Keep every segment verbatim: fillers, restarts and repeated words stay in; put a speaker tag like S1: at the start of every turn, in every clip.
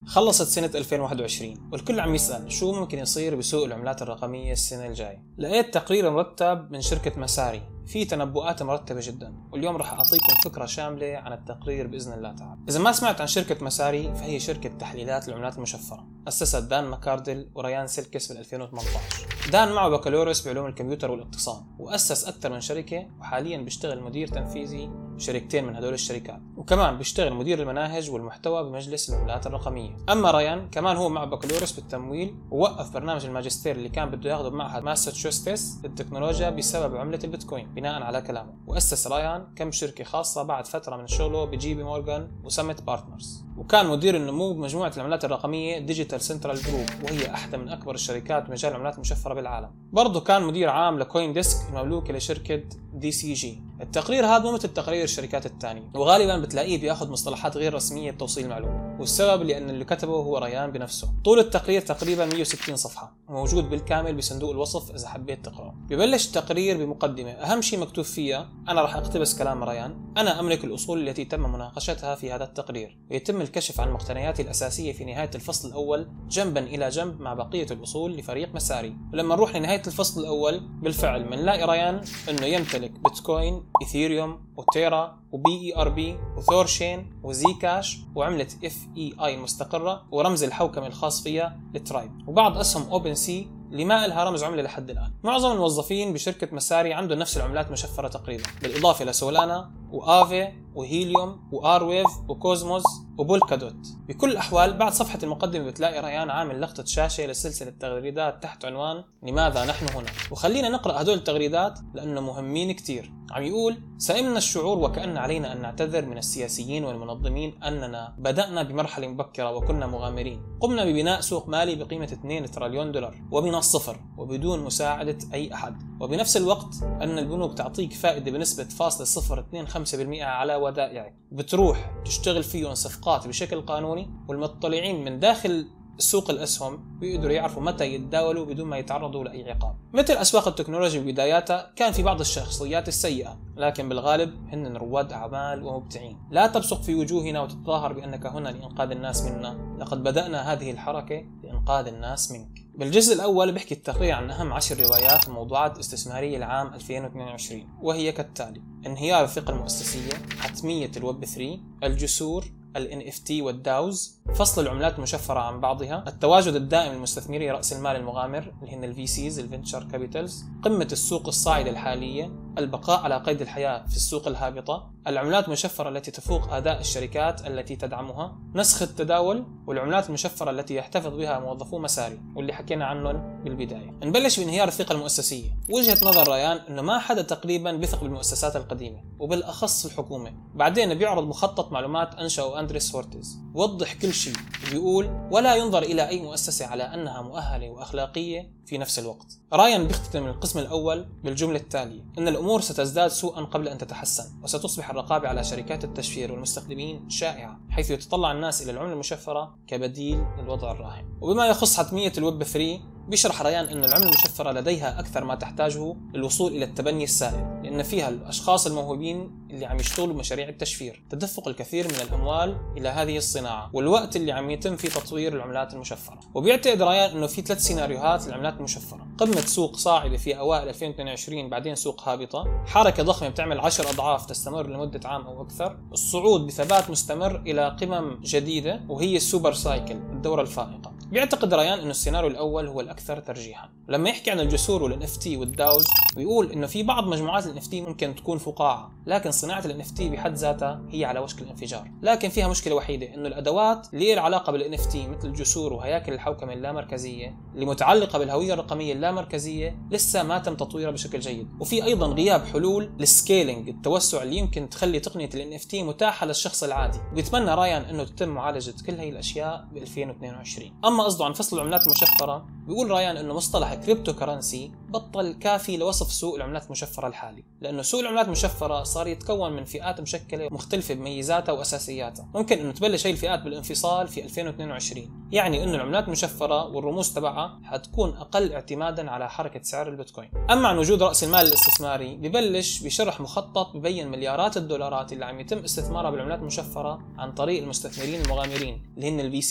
S1: خلصت سنة ألفين وواحد وعشرين والكل عم يسأل شو ممكن يصير بسوق العملات الرقمية السنة الجاية. لقيت تقرير مرتب من شركة مساري فيه تنبؤات مرتبة جدا، واليوم رح أعطيكم فكرة شاملة عن التقرير بإذن الله تعالى. إذا ما سمعت عن شركة مساري فهي شركة تحليلات العملات المشفرة، أسست دان ماكاردل وريان سيلكس بال ألفين وثمانية عشر. دان معه بكالوريوس بعلوم الكمبيوتر والاقتصاد، وأسس أكثر من شركة، وحاليا بيشتغل مدير تنفيذي بشركتين من هدول الشركات، وكمان بيشتغل مدير المناهج والمحتوى بمجلس العملات الرقمية. أما ريان كمان هو معه بكالوريوس بالتمويل، ووقف برنامج الماجستير اللي كان بده ياخذه بمعهد ماساتشوستس للتكنولوجيا بسبب عملة البيتكوين بناء على كلامه. وأسس ريان كم شركة خاصة بعد فترة من شغله بجي بي مورغان وسمت بارتنرز، وكان مدير النمو بمجموعة العملات الرقمية ديجيتال سنترال جروب، وهي أحدى من أكبر الشركات بمجال العملات المشفرة بالعالم. برضه كان مدير عام لكوين ديسك المملوكة لشركة دي سي جي. التقرير هذا مو مثل تقارير الشركات الثانية، وغالبا بتلاقيه بياخذ مصطلحات غير رسمية لتوصيل المعلومة، والسبب لأن اللي كتبه هو ريان بنفسه. طول التقرير تقريبا مئة وستين صفحة، وموجود بالكامل بصندوق الوصف إذا حبيت تقرأه. ببلش التقرير بمقدمة أهم شيء مكتوب فيها، أنا راح أقتبس كلام ريان: أنا أملك الأصول التي تم مناقشتها في هذا التقرير، ويتم الكشف عن مقتنياتي الأساسية في نهاية الفصل الأول جنبا إلى جنب مع بقية الأصول لفريق مساري. ولما نروح لنهاية الفصل الأول بالفعل منلاقي ريان أنه يمتلك بيتكوين، إيثيريوم، وتيرا، وبي اي ار بي، وثورشين، وزي كاش، وعملة اف اي اي المستقرة، ورمز الحوكمة الخاص فيها الترايب، وبعض أسهم اوبن سي اللي ما لها رمز عملة لحد الآن. معظم الموظفين بشركة مساري عندهم نفس العملات مشفرة تقريبا، بالإضافة لسولانا وآفي وهيليوم وآرويف وكوزموس وبولكادوت. بكل الأحوال بعد صفحة المقدمة بتلاقي ريان عامل لقطة شاشة لسلسلة تغريدات تحت عنوان لماذا نحن هنا، وخلينا نقرأ هدول التغريدات لأنه مهمين كتير. عم يقول: سئمنا الشعور وكأن علينا أن نعتذر من السياسيين والمنظمين أننا بدأنا بمرحلة مبكرة وكنا مغامرين. قمنا ببناء سوق مالي بقيمة اثنين تريليون دولار ومن الصفر وبدون مساعدة أي أحد، وبنفس الوقت أن البنوك تعطيك فائدة بنسبة فاصلة صفر اثنين خمسة بالمئة على ودائعك، بتروح تشتغل فيهم صفقات بشكل قانوني، والمطلعين من داخل سوق الأسهم بيقدروا يعرفوا متى يتداولوا بدون ما يتعرضوا لأي عقاب. مثل أسواق التكنولوجيا ببداياتها كان في بعض الشخصيات السيئة، لكن بالغالب هن رواد أعمال ومبدعين. لا تبصق في وجوهنا وتتظاهر بأنك هنا لإنقاذ الناس منا، لقد بدأنا هذه الحركة لإنقاذ الناس منك. بالجزء الأول بحكي التقرير عن أهم عشر روايات وموضوعات استثمارية العام ألفين واثنين وعشرين، وهي كالتالي: انهيار الثقة المؤسسية، حتمية الويب ثلاثة، الجسور، ال إن إف تي والداوز، فصل العملات المشفرة عن بعضها، التواجد الدائم للمستثمرين رأس المال المغامر اللي هن الفي سيز الفينتشر كابيتالز، قمة السوق الصاعدة الحالية، البقاء على قيد الحياة في السوق الهابطة، العملات المشفرة التي تفوق أداء الشركات التي تدعمها، نسخ التداول، والعملات المشفرة التي يحتفظ بها موظفو مساري واللي حكينا عنهم بالبداية. نبلش بانهيار الثقة المؤسسية. وجهة نظر ريان انه ما حدا تقريبا بيثق بالمؤسسات القديمة وبالاخص الحكومة. بعدين بيعرض مخطط معلومات انشأه اندريس هورتز، وضح كل شيء، بيقول: ولا ينظر الى اي مؤسسة على انها مؤهلة واخلاقية في نفس الوقت. رايان بيختتم القسم الاول بالجملة التالية: ان الامور ستزداد سوءا قبل ان تتحسن، وستصبح الرقابة على شركات التشفير والمستخدمين شائعة، حيث يتطلع الناس الى العملة المشفرة كبديل للوضع الراهن. وبما يخص حتمية الويب ثلاثة، بيشرح ريان أن العملة المشفرة لديها أكثر ما تحتاجه للوصول إلى التبني السائل، لأن فيها الأشخاص الموهوبين اللي عم يشتغلوا بمشاريع التشفير تدفق الكثير من الأموال إلى هذه الصناعة، والوقت اللي عم يتم في تطوير العملات المشفرة. وبيعتقد ريان أنه في ثلاث سيناريوهات للعملات المشفرة: قمة سوق صاعدة في أوائل ألفين واثنين وعشرين، بعدين سوق هابطة، حركة ضخمة بتعمل عشر أضعاف تستمر لمدة عام أو أكثر، الصعود بثبات مستمر إلى قمم جديدة وهي السوبر سايكل، الدورة الفائقة. بيعتقد ريان انه السيناريو الاول هو الاكثر ترجيحا. لما يحكي عن الجسور والان اف تي والداوز، بيقول انه في بعض مجموعات الان اف تي ممكن تكون فقاعه، لكن صناعه الان اف تي بحد ذاتها هي على وشك الانفجار، لكن فيها مشكله وحيده، انه الادوات اللي لها علاقه بالان اف تي مثل الجسور وهياكل الحوكمه اللامركزيه اللي متعلقه بالهويه الرقميه اللامركزيه لسه ما تم تطويرها بشكل جيد. وفي ايضا غياب حلول للسكيلينج، التوسع اللي يمكن تخلي تقنيه الان اف تي متاحه للشخص العادي. وبيتمنى ريان انه تتم معالجه كل هي الاشياء ب ألفين واثنين وعشرين. اما قصده عن فصل العملات المشفرة، بيقول ريان انه مصطلح كريبتو كرنسي بطل كافي لوصف سوق العملات المشفرة الحالي، لانه سوق العملات المشفرة صار يتكون من فئات مشكلة مختلفة بميزاتها واساسياتها. ممكن انه تبلش هي الفئات بالانفصال في ألفين واثنين وعشرين، يعني انه العملات المشفرة والرموز تبعها حتكون اقل اعتمادا على حركة سعر البيتكوين. اما عن وجود راس المال الاستثماري، ببلش بشرح مخطط ببين مليارات الدولارات اللي عم يتم استثمارها بالعملات المشفرة عن طريق المستثمرين المغامرين اللي هن الفي سيز.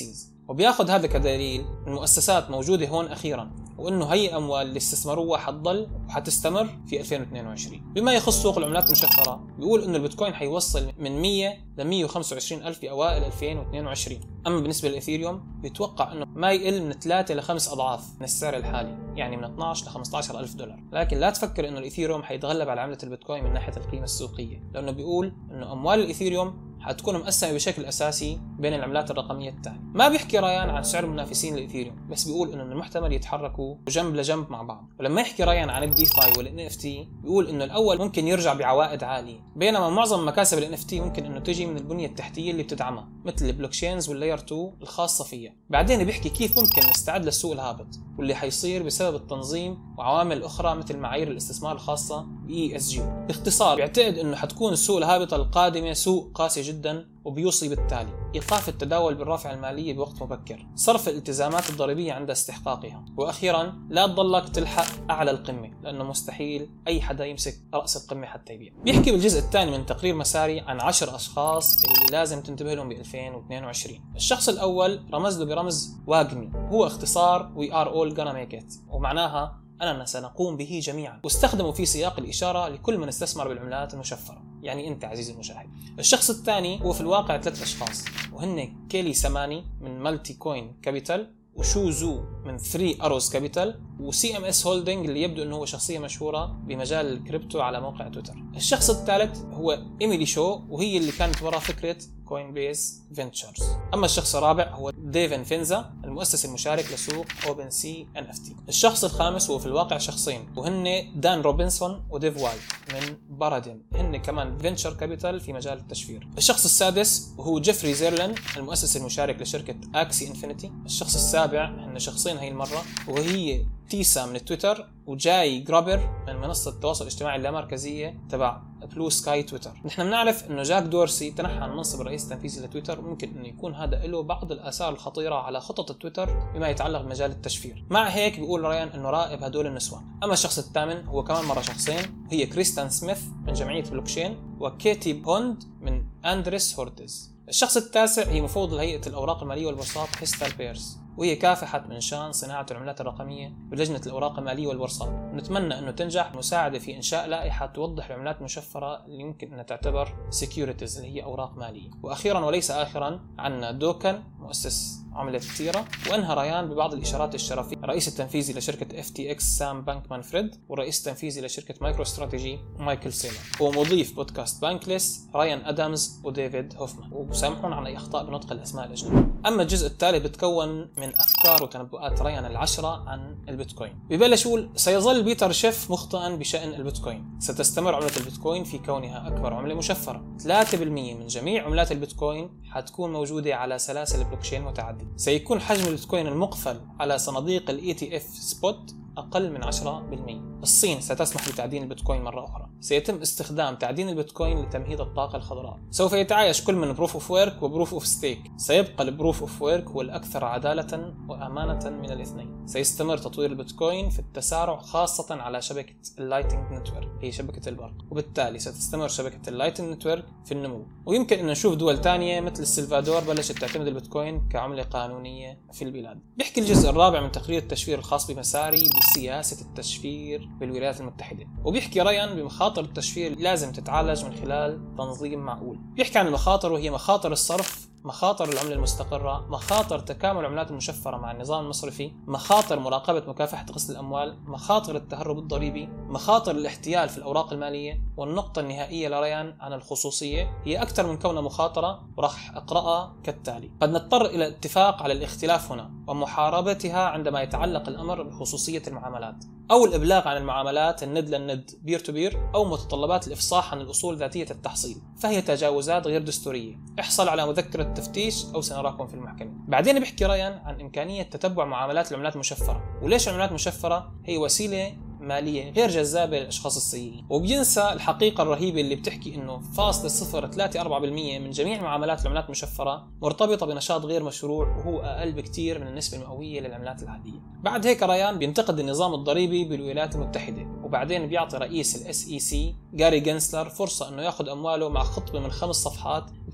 S1: وبياخذ هذا كدليل المؤسسات موجودة هون أخيرا، وإنه هي الأموال اللي استثمروها حتضل وحتستمر في ألفين واثنين وعشرين. بما يخص سوق العملات المشفرة، بيقول إنه البيتكوين حيوصل من مية ل مية وخمسة وعشرين ألف في أوائل ألفين واثنين وعشرين. أما بالنسبة للإثيريوم بيتوقع إنه ما يقل من ثلاثة ل خمسة أضعاف من السعر الحالي، يعني من اثني عشر ل خمسة عشر ألف دولار. لكن لا تفكر إنه الإثيريوم حيتغلب على عملة البيتكوين من ناحية القيمة السوقية، لأنه بيقول إنه أموال الإثيريوم حتكون مقسمة بشكل أساسي بين العملات الرقمية الثانية. ما بيحكي ريان عن سعر منافسين للإثيريوم، بس بيقول إنه من المحتمل يتحركوا جنب لجنب مع بعض. ولما يحكي ريان عن الديفاي والإن إف تي، بيقول إنه الأول ممكن يرجع بعوائد عالية، بينما معظم مكاسب الإن إف تي ممكن إنه تجي من البنية التحتية اللي بتدعمها مثل البلوكشينز واللاير اثنين الخاصة فيها. بعدين بيحكي كيف ممكن نستعد للسوق الهابط واللي حيصير بسبب التنظيم وعوامل أخرى مثل معايير الاستثمار الخاصة ب إي إس جي. باختصار بيعتقد إنه حتكون السوق الهابطة القادمة سوق قاسي جدا، وبيوصي بالتالي إيقاف التداول بالرافعة المالية بوقت مبكر، صرف الالتزامات الضريبية عند استحقاقها، وأخيرا لا تضلك تلحق أعلى القمة، لأنه مستحيل أي حدا يمسك رأس القمة حتى يبيع. بيحكي بالجزء الثاني من تقرير مساري عن عشر أشخاص اللي لازم تنتبه لهم ب ألفين واثنين وعشرين. الشخص الأول رمز له برمز واجمي، هو اختصار We are all gonna make it، ومعناها أننا سنقوم به جميعا، واستخدموا في سياق الإشارة لكل من استثمر بالعملات المشفرة، يعني أنت عزيزي المشاهد. الشخص الثاني هو في الواقع ثلاث أشخاص، وهن كيلي ساماني من مالتي كوين كابيتال، وشو زو من ثري أروز كابيتال، وسي ام اس هولدنج اللي يبدو انه هو شخصية مشهورة بمجال الكريبتو على موقع تويتر. الشخص الثالث هو إيميلي شو، وهي اللي كانت وراء فكرة كوين بيس فينتشرز. اما الشخص الرابع هو ديفن فينزا، المؤسس المشارك لسوق اوبن سي ان اف تي. الشخص الخامس هو في الواقع شخصين، وهن دان روبنسون وديف وايت من باراديم، هن كمان فينتشر كابيتال في مجال التشفير. الشخص السادس هو جيفري زيرلين، المؤسس المشارك لشركة اكسي انفينيتي. الشخص السابع هن شخصين هي المرة، وهي تيسا من تويتر، وجاي جرابر من منصة التواصل الاجتماعي اللامركزية تبع بلو سكاي تويتر. نحن بنعرف انه جاك دورسي تنحى عن منصب الرئيس التنفيذي لتويتر، ممكن انه يكون هذا له بعض الاثار الخطيرة على خطط التويتر بما يتعلق بمجال التشفير. مع هيك بيقول ريان انه راقب هدول النسوان. اما الشخص الثامن هو كمان مرة شخصين، هي كريستان سميث من جمعية بلوكشين، وكيتي بوند من اندريس هورتز. الشخص التاسع هي مفوض هيئة الأوراق المالية والبورصات هيستر بيرس، وهي كافحت من شان صناعة العملات الرقمية بلجنة الأوراق المالية والبورصات. نتمنى أنه تنجح المساعدة في إنشاء لائحة توضح العملات المشفرة اللي يمكن أن تعتبر securities اللي هي أوراق مالية. وأخيرا وليس آخرا عنا دوكن مؤسس عملة تيرا، وأنهى ريان ببعض الإشارات الشرفية الرئيس التنفيذي لشركة اف تي اكس سام بانكمان فريد، والرئيس التنفيذي لشركة مايكرو استراتيجي مايكل سيلر، ومضيف بودكاست بانكليس ريان أدامز وديفيد هوفمان. وسامحون عن أي أخطاء بنطق الأسماء الأجنبية. أما الجزء التالي بتكون من أفكار وتنبؤات ريان العشرة عن البيتكوين. ببلش يقول: سيظل بيتر شيف مخطئا بشأن البيتكوين، ستستمر عملة البيتكوين في كونها أكبر عملة مشفرة. ثلاثة بالمئة من جميع عملات البيتكوين حتكون موجودة على سلاسل بلوكشين متعددة. سيكون حجم البيتكوين المقفل على صناديق ال إي تي إف سبوت أقل من عشرة بالمئة. الصين ستسمح بتعدين البيتكوين مرة أخرى. سيتم استخدام تعدين البيتكوين لتمهيد الطاقة الخضراء. سوف يتعايش كل من بروف اوف ويرك وبروف اوف ستيك. سيبقى البروف اوف ويرك هو الأكثر عدالة وأمانة من الاثنين. سيستمر تطوير البيتكوين في التسارع، خاصة على شبكة اللايتنج نتورك هي شبكة البرق، وبالتالي ستستمر شبكة اللايتنج نتورك في النمو. ويمكن أن نشوف دول تانية مثل السلفادور بلشت تعتمد البيتكوين كعملة قانونية في البلاد. بيحكي الجزء الرابع من تقرير التشفير الخاص بمساري بسياسة التشفير بالولايات المتحدة، وبيحكي ريان بمخاطر التشفير لازم تتعالج من خلال تنظيم معقول. بيحكي عن المخاطر، وهي مخاطر الصرف، مخاطر العملة المستقرة، مخاطر تكامل العملات المشفرة مع النظام المصرفي، مخاطر مراقبة مكافحة غسل الأموال، مخاطر التهرب الضريبي، مخاطر الاحتيال في الأوراق المالية. والنقطة النهائية لريان عن الخصوصية هي أكثر من كونها مخاطرة، وراح أقرأها كالتالي: قد نضطر إلى الاتفاق على الاختلاف هنا ومحاربتها عندما يتعلق الأمر بخصوصية المعاملات، أو الإبلاغ عن المعاملات الند للند بير تو بير، أو متطلبات الإفصاح عن الأصول ذاتية التحصيل، فهي تجاوزات غير دستورية. احصل على مذكرة تفتيش أو سنراكم في المحكمة. بعدين بيحكي ريان عن إمكانية تتبع معاملات العملات المشفرة، وليش العملات المشفرة هي وسيلة مالية غير جذابة للأشخاص السيئين. وبينسى الحقيقة الرهيبة اللي بتحكي إنه فاصل صفر ثلاثة أربعة بالمئة من جميع معاملات العملات المشفرة مرتبطة بنشاط غير مشروع، وهو أقل بكتير من النسبة المئوية للعملات العادية. بعد هيك ريان بينتقد النظام الضريبي بالولايات المتحدة، وبعدين بيعطي رئيس ال إس إي سي جاري جنسلر فرصة إنه ياخذ أمواله مع خطبة من خمس صفحات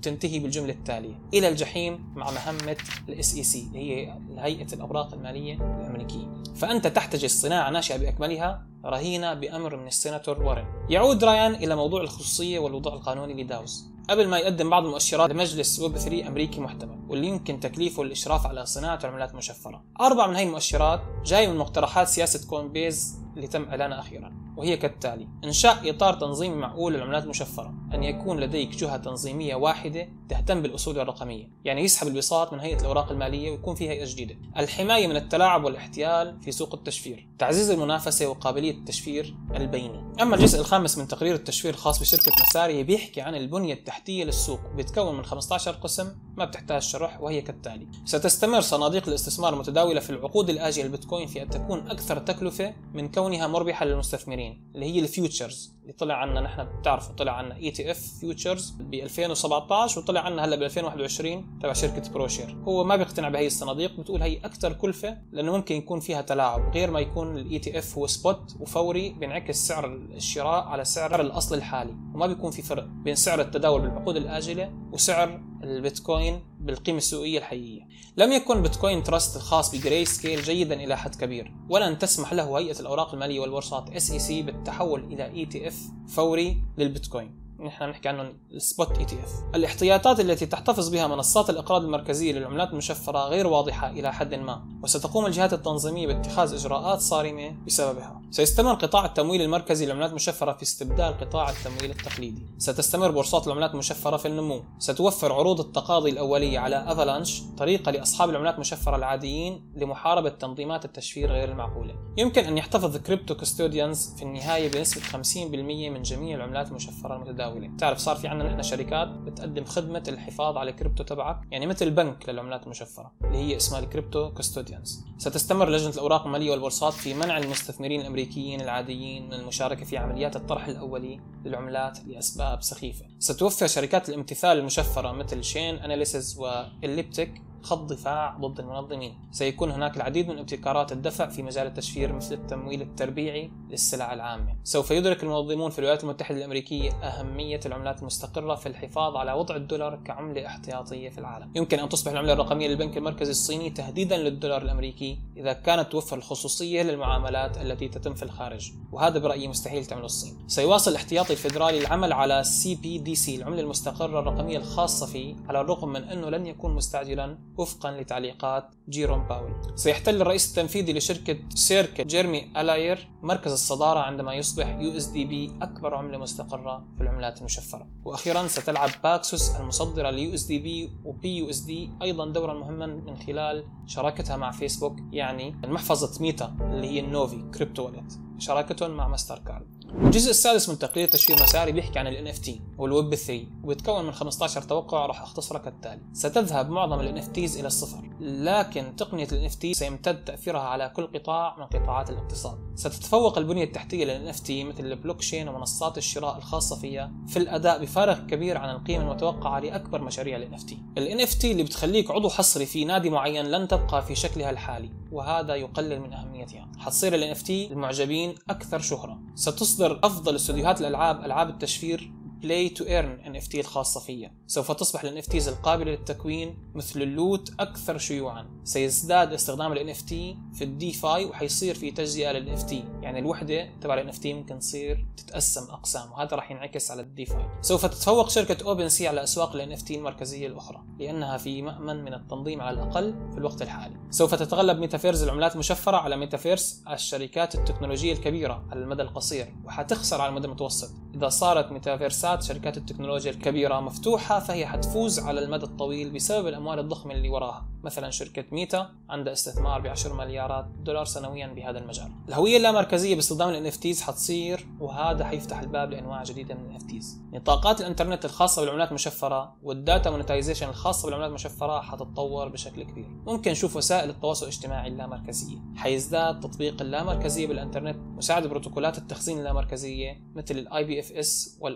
S1: وبتنتهي بالجملة التالية: إلى الجحيم مع مهمة ال إس إي سي اللي هي هيئة الأوراق المالية الأمريكية. فأنت تحتجز صناعة ناشئة بأكملها رهينة بأمر من السيناتور وارن. يعود رايان إلى موضوع الخصوصية والوضوح القانوني لداوز قبل ما يقدم بعض المؤشرات لمجلس ويب ثلاثة أمريكي محتمل واللي يمكن تكليفه الإشراف على صناعة العملات المشفرة. أربع من هاي المؤشرات جاي من مقترحات سياسة كوين بيز اللي تم إعلانها أخيرا، وهي كالتالي: إنشاء إطار تنظيمي معقول للعملات المشفرة، أن يكون لديك جهة تنظيمية واحدة تهتم بالأصول الرقمية، يعني يسحب البساط من هيئة الأوراق المالية ويكون في هيئة جديدة. الحماية من التلاعب والاحتيال في سوق التشفير، تعزيز المنافسة وقابلية التشفير البيني. أما الجزء الخامس من تقرير التشفير الخاص بشركة مساري بيحكي عن البنية التحتية للسوق، بيتكون من خمسة عشر قسم ما بتحتاج شرح، وهي كالتالي: ستستمر صناديق الاستثمار المتداولة في العقود الآجلة البيتكوين في أن تكون أكثر تكلفة من كونها مربحة للمستثمرين، اللي هي الفيوتشرز اللي طلع عنا نحن بتعرفوا طلع عنا إي تي إف فيوتشرز ب ألفين وسبعة عشر وطلع عنا هلا ب ألفين وواحد وعشرين تبع شركة بروشير. هو ما بيقتنع بهي الصناديق، بتقول هي أكثر كلفة لأنه ممكن يكون فيها تلاعب، غير ما يكون الإي تي إف هو سبوت وفوري بينعكس سعر الشراء على سعر الأصل الحالي، وما بيكون في فرق بين سعر التداول بالعقود الآجلة وسعر البيتكوين بالقيمة السوقية الحقيقية. لم يكن بيتكوين تراست الخاص بجراي سكيل جيدا إلى حد كبير، ولن تسمح له هيئة الأوراق المالية والبورصات إس إي سي بالتحول إلى إي تي إف فوري للبيتكوين. نحن نحكي عنه السبوت إي تي إف. الاحتياطات التي تحتفظ بها منصات الإقراض المركزية للعملات المشفرة غير واضحة إلى حد ما، وستقوم الجهات التنظيمية باتخاذ إجراءات صارمة بسببها. سيستمر قطاع التمويل المركزي للعملات المشفرة في استبدال قطاع التمويل التقليدي. ستستمر بورصات العملات المشفرة في النمو. ستوفر عروض التقاضي الأولية على افالانش، طريقة لأصحاب العملات المشفرة العاديين لمحاربة تنظيمات التشفير غير المعقولة. يمكن أن يحتفظ كريبتو كستوديانز في النهاية بنسبة خمسين بالمئة من جميع العملات المشفرة المتداولة. تعرف صار في عندنا نحن شركات بتقدم خدمة الحفاظ على الكريبتو تبعك، يعني مثل بنك للعملات المشفرة اللي هي اسمها الكريبتو كستوديانز. ستستمر لجنة الأوراق المالية والبورصات في منع المستثمرين الأمريكيين العاديين من المشاركة في عمليات الطرح الأولي للعملات لأسباب سخيفة. ستوفر شركات الامتثال المشفرة مثل شين أناليسيز وإليبتيك خط دفاع ضد المنظمين. سيكون هناك العديد من ابتكارات الدفع في مجال التشفير مثل التمويل التربيعي للسلع العامة. سوف يدرك المنظمون في الولايات المتحدة الأمريكية أهمية العملات المستقرة في الحفاظ على وضع الدولار كعملة احتياطية في العالم. يمكن أن تصبح العملة الرقمية للبنك المركزي الصيني تهديدا للدولار الأمريكي إذا كانت توفر الخصوصية للمعاملات التي تتم في الخارج، وهذا برأيي مستحيل تعمله الصين. سيواصل الاحتياطي الفيدرالي العمل على سي بي دي سي العملة المستقرة الرقمية الخاصة فيه، على الرغم من أنه لن يكون مستعجلا وفقا لتعليقات جيروم باول. سيحتل الرئيس التنفيذي لشركة سيركت جيرمي ألاير مركز الصدارة عندما يصبح يو إس دي بي أكبر عملة مستقرة في العملات المشفرة. وأخيرا ستلعب باكسوس المصدرة ليو إس دي بي وبي يو إس دي أيضا دورا مهما من خلال شراكتها مع فيسبوك، يعني محفظة ميتا اللي هي النوفي كريبتو والت شراكتهم مع ماستر كارد. الجزء السادس من تقرير تشفير مساري بيحكي عن ال إن إف تي والويب ثلاثة، وبيتكون من خمسة عشر توقع راح اختصرها كالتالي. ستذهب معظم ال إن إف تيز إلى الصفر، لكن تقنية ال إن إف تي سيمتد تأثيرها على كل قطاع من قطاعات الاقتصاد. ستتفوق البنية التحتية لل إن إف تي مثل البلوكشين ومنصات الشراء الخاصة فيها في الأداء بفارق كبير عن القيمة المتوقعة لأكبر مشاريع ال إن إف تي. ال إن إف تي اللي بتخليك عضو حصري في نادي معين لن تبقى في شكلها الحالي، وهذا يقلل من أهميتها. حتصير ال إن إف تي المعجبين أكثر شهرة. ستصدر أفضل استوديوهات الألعاب ألعاب التشفير Play to Earn إن إف تي الخاصة فيها. سوف تصبح ال إن إف تيز القابلة للتكوين مثل اللوت أكثر شيوعا. سيزداد استخدام ال إن إف تي في الديفاي، وحيصير في تجزئة لل إن إف تي، يعني الوحدة تبع ال إن إف تي ممكن تصير تتقسم أقسام، وهذا راح ينعكس على الديفاي. سوف تتفوق شركة أوبن سي على أسواق ال إن إف تي المركزية الأخرى لأنها في مأمن من التنظيم على الأقل في الوقت الحالي. سوف تتغلب ميتافيرز العملات المشفرة على ميتافيرس الشركات التكنولوجية الكبيرة على المدى القصير، وحتخسر على المدى المتوسط. إذا صارت ميتافيرسات شركات التكنولوجيا الكبيرة مفتوحة فهي حتفوز على المدى الطويل بسبب الأموال الضخمة اللي وراها. مثلا شركة ميتا عندها استثمار بعشر مليارات دولار سنويا بهذا المجال. الهوية اللامركزية باستخدام ال إن إف تيز حتصير، وهذا حيفتح الباب لأنواع جديدة من ال إن إف تيز. نطاقات الإنترنت الخاصة بالعملات المشفرة والداتا مونيتايزيشن الخاصة بالعملات المشفرة حتتطور بشكل كبير. ممكن نشوف وسائل التواصل الاجتماعي اللامركزية. حيزداد تطبيق اللامركزية بالإنترنت، مساعد بروتوكولات التخزين اللامركزية مثل ال آي بي إف إس وال آر ويف.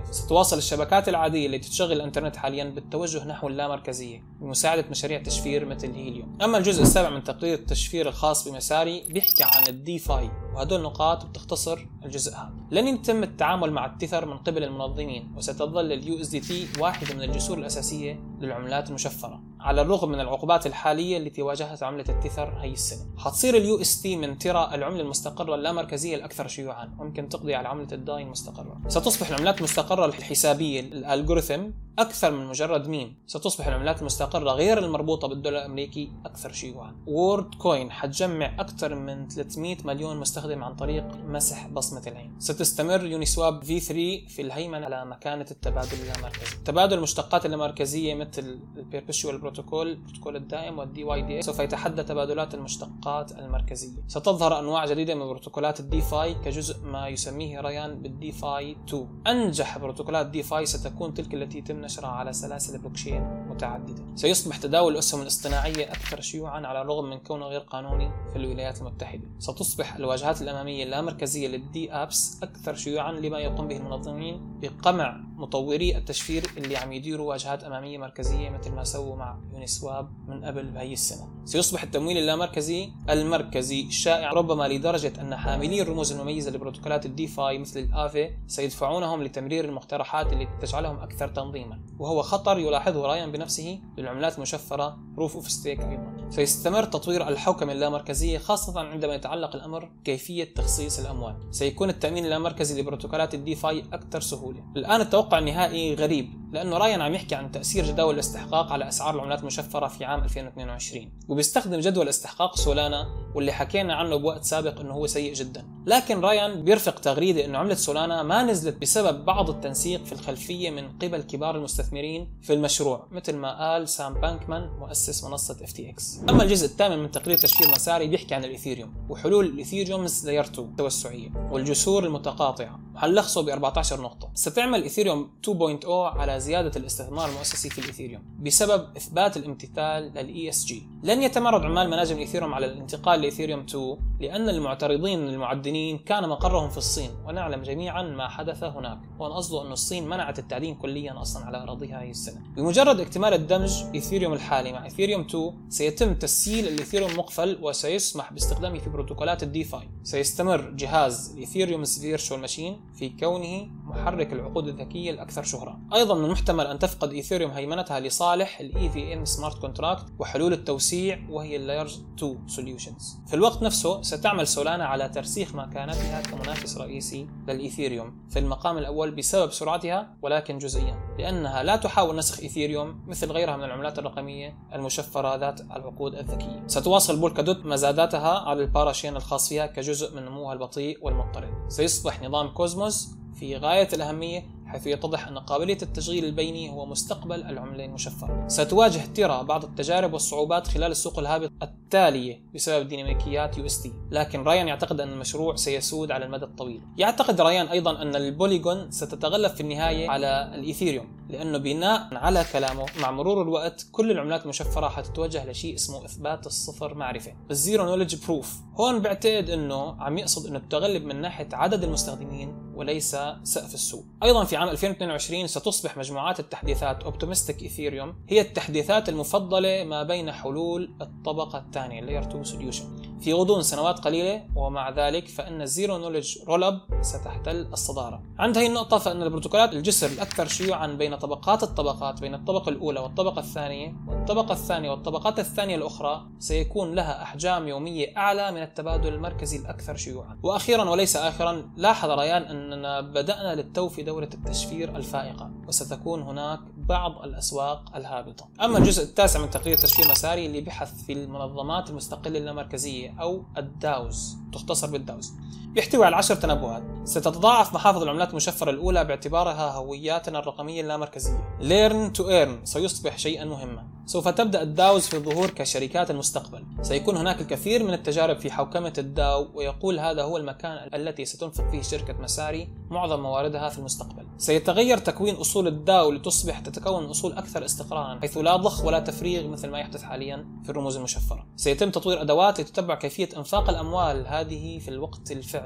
S1: ستواصل الشبكات العادية التي تشغل الإنترنت حاليا بالتوجه نحو اللامركزية بمساعدة مشاريع تشفير مثل هيليوم. أما الجزء السابع من تقرير التشفير الخاص بمساري بيحكي عن الديفاي، وهدول النقاط بتختصر الجزء هذا. لن يتم التعامل مع التثر من قبل المنظمين، وستظل اليو اس دي تي واحدة من الجسور الأساسية للعملات المشفرة على الرغم من العقوبات الحالية التي واجهت عملة التثر هي السنة. حتصير اليو اس تي من ترى العملة المستقرة اللامركزية الأكثر شيوعا، وممكن تقضي على عملة الداي المستقرة. ستصبح العملات المستقرة الحسابية الألغوريثم أكثر من مجرد ميم. ستصبح العملات المستقرة غير المربوطة بالدولار الأمريكي أكثر شيوعا. وورد كوين حتجمع أكثر من ثلاثمئة مليون مستخدم عن طريق مسح بصمة العين. ستستمر يونيسواب في ثلاثة في الهيمنة على مكانة التبادل اللامركزي. تبادل المشتقات اللامركزية مثل البيربيشوال بروتوكول، البروتوكول الدائم والدي واي دي سوف يتحدى تبادلات المشتقات المركزية. ستظهر أنواع جديدة من بروتوكولات الديفاي كجزء ما يسميه ريان بالديفاي اثنين. أنجح بروتوكولات ديفاي ستكون تلك التي يتم نشرها على سلاسل بلوكشين متعددة. سيصبح تداول الأسهم الاصطناعية أكثر شيوعا على الرغم من كونه غير قانوني في الولايات المتحدة. ستصبح الواجهات الأمامية اللامركزية للدي أبس أكثر شيوعا لما يقوم به المنظمين بقمع مطوري التشفير اللي عم يديروا واجهات أمامية مركزية مثل ما سووا مع يونيسواب من قبل بهي السنة. سيصبح التمويل اللامركزي المركزي شائع ربما لدرجة أن حاملي الرموز المميزة لبروتوكولات الديفاي مثل الآفي سيدفعونهم لتمرير المقترحات التي تجعلهم أكثر تنظيما، وهو خطر يلاحظه رايان بنفسه للعملات المشفرة بروف اوف ستيك. أيضا سيستمر تطوير الحوكمة اللامركزية خاصة عندما يتعلق الأمر كيفية تخصيص الأموال. سيكون التأمين اللامركزي لبروتوكولات الديفاي أكثر سهولة. الآن التوقع النهائي غريب لأنه رايان عم يحكي عن تأثير جداول الاستحقاق على أسعار العملات المشفرة في عام ألفين واثنين وعشرين، وبيستخدم جدول استحقاق سولانا واللي حكينا عنه بوقت سابق إنه هو سيء جدا. لكن رايان بيرفق تغريدة إنه عملة سولانا ما نزلت بسبب بعض التنسيق في الخلفية من قبل كبار المستثمرين في المشروع مثل ما قال سام بانكمان مؤسس منصة اف تي اكس. أما الجزء الثامن من تقرير تشفير مساري بيحكي عن الإيثيريوم وحلول الإيثيريومز لاير اثنين التوسعية والجسور المتقاطعة، وهنلخصه ب أربعة عشر نقطة. ستعمل إيثيريوم اثنين نقطة صفر على زيادة الاستثمار المؤسسي في الإيثيريوم بسبب إثبات الامتثال للإي إس جي. لن يتمرد عمال مناجم الإيثيريوم على الانتقال لإيثيريوم اثنين لأن المعترضين المعدنين كان مقرهم في الصين، ونعلم جميعا ما حدث هناك. وأن قصده أن الصين منعت التعدين كليا أصلا على أراضيها هذه السنة. بمجرد اكتمال الدمج إيثيريوم الحالي مع إيثيريوم اثنين سيتم تسييل الإيثيريوم مقفل وسيسمح باستخدامه في بروتوكولات الديفاي. سيستمر جهاز الإيثيريوم فيرتشوال ماشين في كونه محرك العقود الذكية الأكثر شهرة. أيضا من المحتمل أن تفقد إيثيريوم هيمنتها لصالح ال إي في إم Smart Contract وحلول التوسيع وهي اللاير اثنين Solutions. في الوقت نفسه ستعمل سولانا على ترسيخ مكانتها كمنافس رئيسي للإيثيريوم في المقام الأول بسبب سرعتها، ولكن جزئيا لأنها لا تحاول نسخ إيثيريوم مثل غيرها من العملات الرقمية المشفرة ذات العقود الذكية. ستواصل بولكادوت مزاداتها على الباراشين الخاص فيها كجزء من نموها البطيء والمضطرد. سيصبح نظام كوزموس في غاية الأهمية حيث يتضح أن قابلية التشغيل البيني هو مستقبل العملة المشفرة. ستواجه تيرا بعض التجارب والصعوبات خلال السوق الهابط التالية بسبب ديناميكيات يو اس تي، لكن رايان يعتقد أن المشروع سيسود على المدى الطويل. يعتقد رايان أيضا أن البوليغون ستتغلب في النهاية على الإيثيريوم، لأنه بناء على كلامه مع مرور الوقت كل العملات المشفرة حتتوجه لشيء اسمه إثبات الصفر معرفة، الزيرو نوليدج بروف. هون بعتقد أنه عم يقصد أنه بتغلب من ناحية عدد المستخدمين وليس سقف السوق. أيضا في عام ألفين واثنين وعشرين ستصبح مجموعات التحديثات اوبتيمستيك ايثيريوم هي التحديثات المفضلة ما بين حلول الطبقة الثانية لاير اثنين سوليوشن في غضون سنوات قليلة، ومع ذلك فإن الزيرو نوليدج رول اب ستحتل الصدارة. عند هذه النقطة فإن البروتوكولات الجسر الأكثر شيوعا بين طبقات الطبقات بين الطبقة الأولى والطبقة الثانية والطبقة الثانية والطبقات الثانية الأخرى سيكون لها أحجام يومية أعلى من التبادل المركزي الأكثر شيوعا. وأخيرا وليس آخرا، لاحظ ريان أننا بدأنا للتو في دورة التشفير الفائقة، وستكون هناك بعض الأسواق الهابطة. أما الجزء التاسع من تقرير تشفير مساري اللي بحث في المنظمات المستقلة اللامركزية أو الداوز، تختصر بالداوز، يحتوي على عشر تنبؤات. ستتضاعف محافظ العملات المشفرة الأولى باعتبارها هوياتنا الرقمية اللامركزية. Learn to earn سيصبح شيئا مهما. سوف تبدأ الداوز في الظهور كشركات المستقبل. سيكون هناك الكثير من التجارب في حوكمة الداو، ويقول هذا هو المكان التي ستنفق فيه شركة مساري معظم مواردها في المستقبل. سيتغير تكوين أصول الداو لتصبح تتكون أصول أكثر استقرارا، حيث لا ضخ ولا تفريغ مثل ما يحدث حاليا في الرموز المشفرة. سيتم تطوير أدوات لتتبع كيفية إنفاق الأموال هذه في الوقت الفعلي.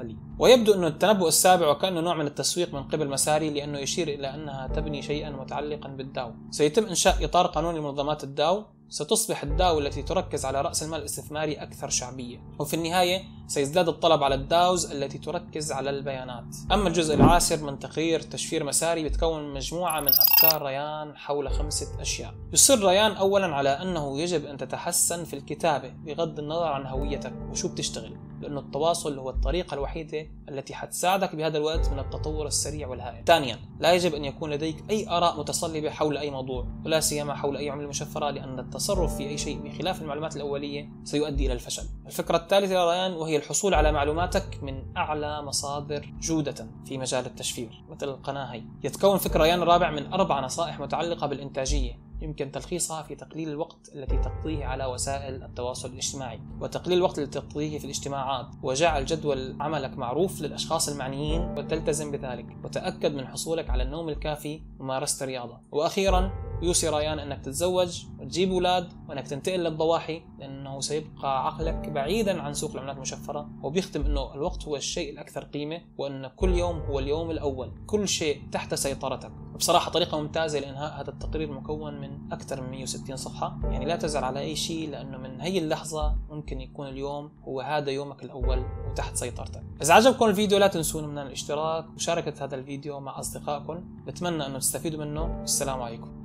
S1: فعلي. ويبدو أن التنبؤ السابع وكأنه نوع من التسويق من قبل مساري، لأنه يشير إلى أنها تبني شيئا متعلقا بالداو. سيتم إنشاء إطار قانوني لمنظمات الداو، ستصبح الداو التي تركز على رأس المال الاستثماري أكثر شعبية، وفي النهاية سيزداد الطلب على الداوز التي تركز على البيانات. أما الجزء العاشر من تقرير تشفير مساري بيتكون من مجموعة من أفكار ريان حول خمسة أشياء. يصر ريان أولا على أنه يجب أن تتحسن في الكتابة بغض النظر عن هويتك وشو بتشتغل، لأنه التواصل هو الطريقة الوحيدة التي حتساعدك بهذا الوقت من التطور السريع والهائل. ثانيا، لا يجب أن يكون لديك أي آراء متصلبة حول أي موضوع، ولا سيما حول أي عملة مشفرة، لأن التصرف في أي شيء بخلاف المعلومات الأولية سيؤدي إلى الفشل. الفكرة الثالثة يا ريان وهي الحصول على معلوماتك من أعلى مصادر جودة في مجال التشفير مثل القناة هي. يتكون فكر ريان الرابع من أربع نصائح متعلقة بالإنتاجية يمكن تلخيصها في تقليل الوقت التي تقضيه على وسائل التواصل الاجتماعي، وتقليل الوقت الذي تقضيه في الاجتماعات، وجعل جدول عملك معروف للأشخاص المعنيين وتلتزم بذلك، وتأكد من حصولك على النوم الكافي وممارسة الرياضة. وأخيرا يوصي ريان أنك تتزوج وتجيب أولاد وأنك تنتقل للضواحي، لأنه سيبقى عقلك بعيدا عن سوق العملات المشفرة. وبيختم أنه الوقت هو الشيء الأكثر قيمة، وأن كل يوم هو اليوم الأول، كل شيء تحت سيطرتك. بصراحة طريقة ممتازة لإنهاء هذا التقرير مكون من أكثر من مئة وستين صفحة، يعني لا تزعل على أي شيء، لأنه من هي اللحظة ممكن يكون اليوم هو هذا يومك الأول وتحت سيطرتك. إذا عجبكم الفيديو لا تنسون من الاشتراك ومشاركة هذا الفيديو مع أصدقائكم، بتمنى أنه تستفيدوا منه. السلام عليكم.